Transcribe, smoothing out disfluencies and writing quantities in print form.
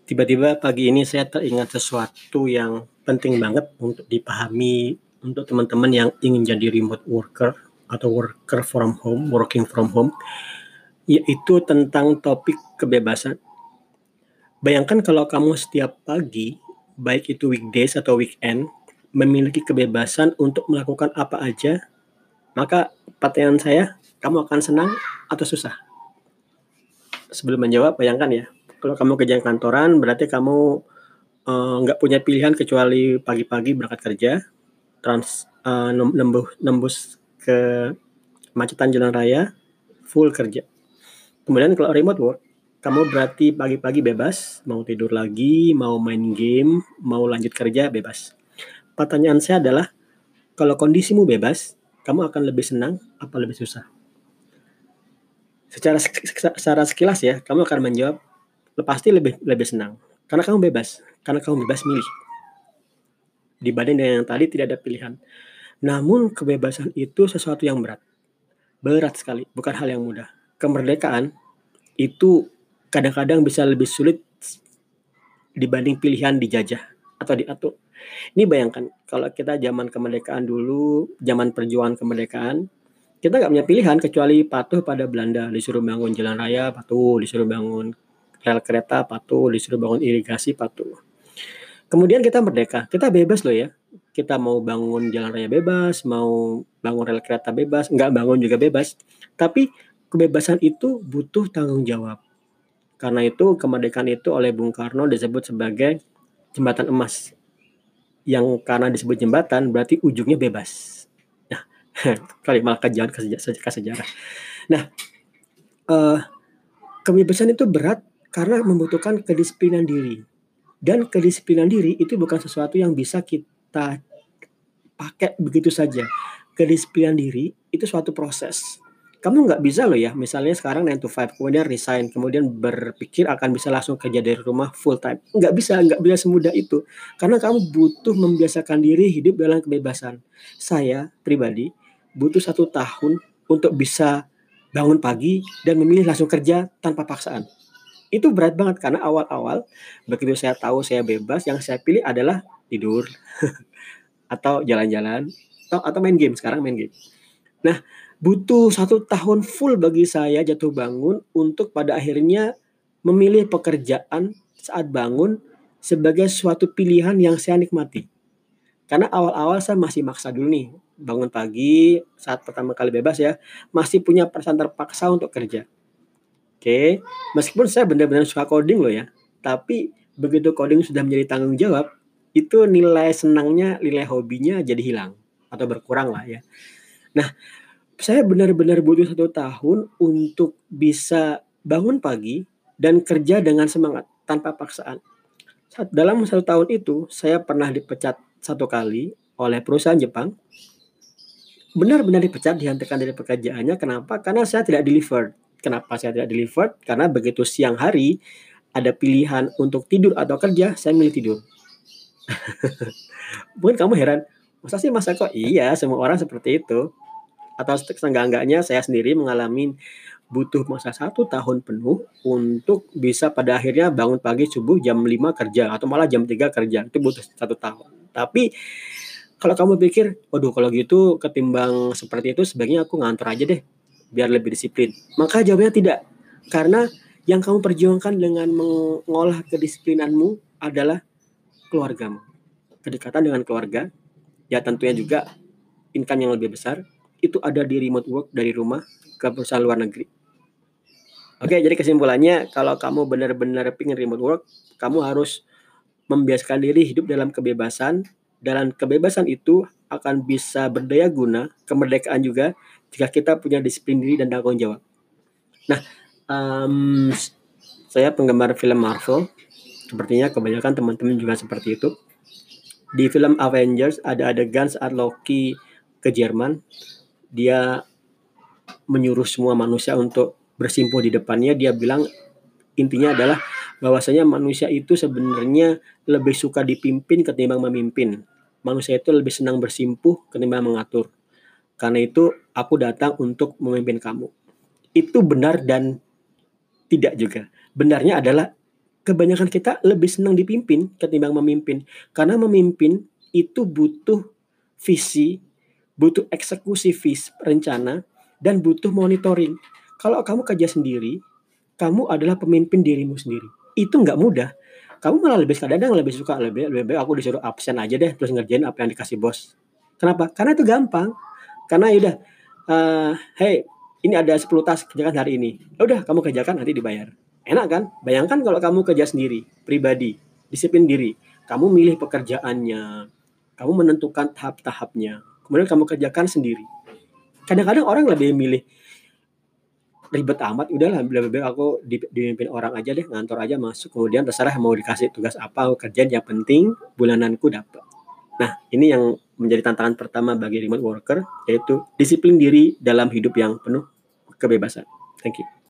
Tiba-tiba pagi ini saya teringat sesuatu yang penting banget untuk dipahami untuk teman-teman yang ingin jadi remote worker atau worker from home, working from home, yaitu tentang topik kebebasan. Bayangkan kalau kamu setiap pagi, baik itu weekdays atau weekend, memiliki kebebasan untuk melakukan apa aja, maka pertanyaan saya, kamu akan senang atau susah? Sebelum menjawab, bayangkan ya, kalau kamu kerja kantoran, berarti kamu nggak punya pilihan kecuali pagi-pagi berangkat kerja, nembus ke macetan jalan raya, full kerja. Kemudian kalau remote work, kamu berarti pagi-pagi bebas, mau tidur lagi, mau main game, mau lanjut kerja bebas. Pertanyaan saya adalah, kalau kondisimu bebas, kamu akan lebih senang apa lebih susah? Secara sekilas ya, kamu akan menjawab pasti lebih lebih senang karena kamu bebas, milih dibanding dengan yang tadi tidak ada pilihan. Namun kebebasan itu sesuatu yang berat. Berat sekali, bukan hal yang mudah. Kemerdekaan itu kadang-kadang bisa lebih sulit dibanding pilihan dijajah atau diatur. Ini bayangkan, kalau kita zaman kemerdekaan dulu, zaman perjuangan kemerdekaan, kita nggak punya pilihan kecuali patuh pada Belanda. Disuruh bangun jalan raya, patuh. Disuruh bangun rel kereta, patuh. Disuruh bangun irigasi, patuh. Kemudian kita merdeka, kita bebas loh ya. Kita mau bangun jalan raya bebas, mau bangun rel kereta bebas, nggak bangun juga bebas. Tapi kebebasan itu butuh tanggung jawab. Karena itu kemerdekaan itu oleh Bung Karno disebut sebagai jembatan emas. Yang karena disebut jembatan berarti ujungnya bebas. Nah, kali malah kejauhan ke sejarah. Nah, kebebasan itu berat karena membutuhkan kedisiplinan diri. Dan kedisiplinan diri itu bukan sesuatu yang bisa kita pakai begitu saja. Kedisiplinan diri itu suatu proses. Kamu nggak bisa loh ya, misalnya sekarang 9 to 5, kemudian resign, kemudian berpikir akan bisa langsung kerja dari rumah full time. Nggak bisa semudah itu. Karena kamu butuh membiasakan diri hidup dalam kebebasan. Saya pribadi butuh 1 tahun untuk bisa bangun pagi dan memilih langsung kerja tanpa paksaan. Itu berat banget karena awal-awal begitu saya tahu saya bebas, yang saya pilih adalah tidur atau jalan-jalan atau main game, sekarang main game. Nah, butuh 1 tahun full bagi saya jatuh bangun untuk pada akhirnya memilih pekerjaan saat bangun sebagai suatu pilihan yang saya nikmati. Karena awal-awal saya masih maksa dulu nih, bangun pagi saat pertama kali bebas ya, masih punya perasaan terpaksa untuk kerja. Oke, meskipun saya benar-benar suka coding loh ya, tapi begitu coding sudah menjadi tanggung jawab, itu nilai senangnya, nilai hobinya jadi hilang atau berkurang lah ya. Nah, saya benar-benar butuh 1 tahun untuk bisa bangun pagi dan kerja dengan semangat tanpa paksaan. Dalam 1 tahun itu, saya pernah dipecat 1 kali oleh perusahaan Jepang. Benar-benar dipecat, dihentikan dari pekerjaannya. Kenapa? Karena saya tidak delivered. Kenapa saya tidak delivered? Karena begitu siang hari ada pilihan untuk tidur atau kerja, saya milih tidur. Mungkin kamu heran, masa sih Mas Eko? Iya, semua orang seperti itu. Atau seenggak-enggaknya saya sendiri mengalami butuh masa 1 tahun penuh untuk bisa pada akhirnya bangun pagi subuh jam 5 kerja atau malah jam 3 kerja. Itu butuh 1 tahun. Tapi kalau kamu pikir, waduh kalau gitu ketimbang seperti itu sebaiknya aku ngantor aja deh biar lebih disiplin. Maka jawabannya tidak. Karena yang kamu perjuangkan dengan mengolah kedisiplinanmu adalah keluargamu. Kedekatan dengan keluarga, ya tentunya juga income yang lebih besar, itu ada di remote work dari rumah ke perusahaan luar negeri. Oke, jadi kesimpulannya kalau kamu benar-benar pengen remote work, kamu harus membiasakan diri hidup dalam kebebasan. Dalam kebebasan itu akan bisa berdaya guna, kemerdekaan juga, jika kita punya disiplin diri dan tanggung jawab. Nah, saya penggemar film Marvel, sepertinya kebanyakan teman-teman juga seperti itu. Di film Avengers ada adegan saat Loki ke Jerman, dia menyuruh semua manusia untuk bersimpuh di depannya. Dia bilang intinya adalah bahwasanya manusia itu sebenarnya lebih suka dipimpin ketimbang memimpin. Manusia itu lebih senang bersimpuh ketimbang mengatur. Karena itu aku datang untuk memimpin kamu. Itu benar dan tidak juga. Benarnya adalah kebanyakan kita lebih senang dipimpin ketimbang memimpin. Karena memimpin itu butuh visi, butuh eksekusi rencana, dan butuh monitoring. Kalau kamu kerja sendiri, kamu adalah pemimpin dirimu sendiri. Itu nggak mudah. Kamu malah kadang lebih suka, lebih baik aku disuruh absen aja deh, terus ngerjain apa yang dikasih bos. Kenapa? Karena itu gampang. Karena yaudah, hey, ini ada 10 tas, kerjakan hari ini. Udah, kamu kerjakan, nanti dibayar. Enak kan? Bayangkan kalau kamu kerja sendiri, pribadi, disiplin diri. Kamu milih pekerjaannya, kamu menentukan tahap-tahapnya, kemudian kamu kerjakan sendiri. Kadang-kadang orang lebih milih ribet amat, udahlah lebih baik aku dipimpin orang aja deh, ngantor aja masuk, kemudian terserah mau dikasih tugas apa, aku kerjain, yang penting bulananku dapat. Nah, ini yang menjadi tantangan pertama bagi remote worker, yaitu disiplin diri dalam hidup yang penuh kebebasan. Thank you.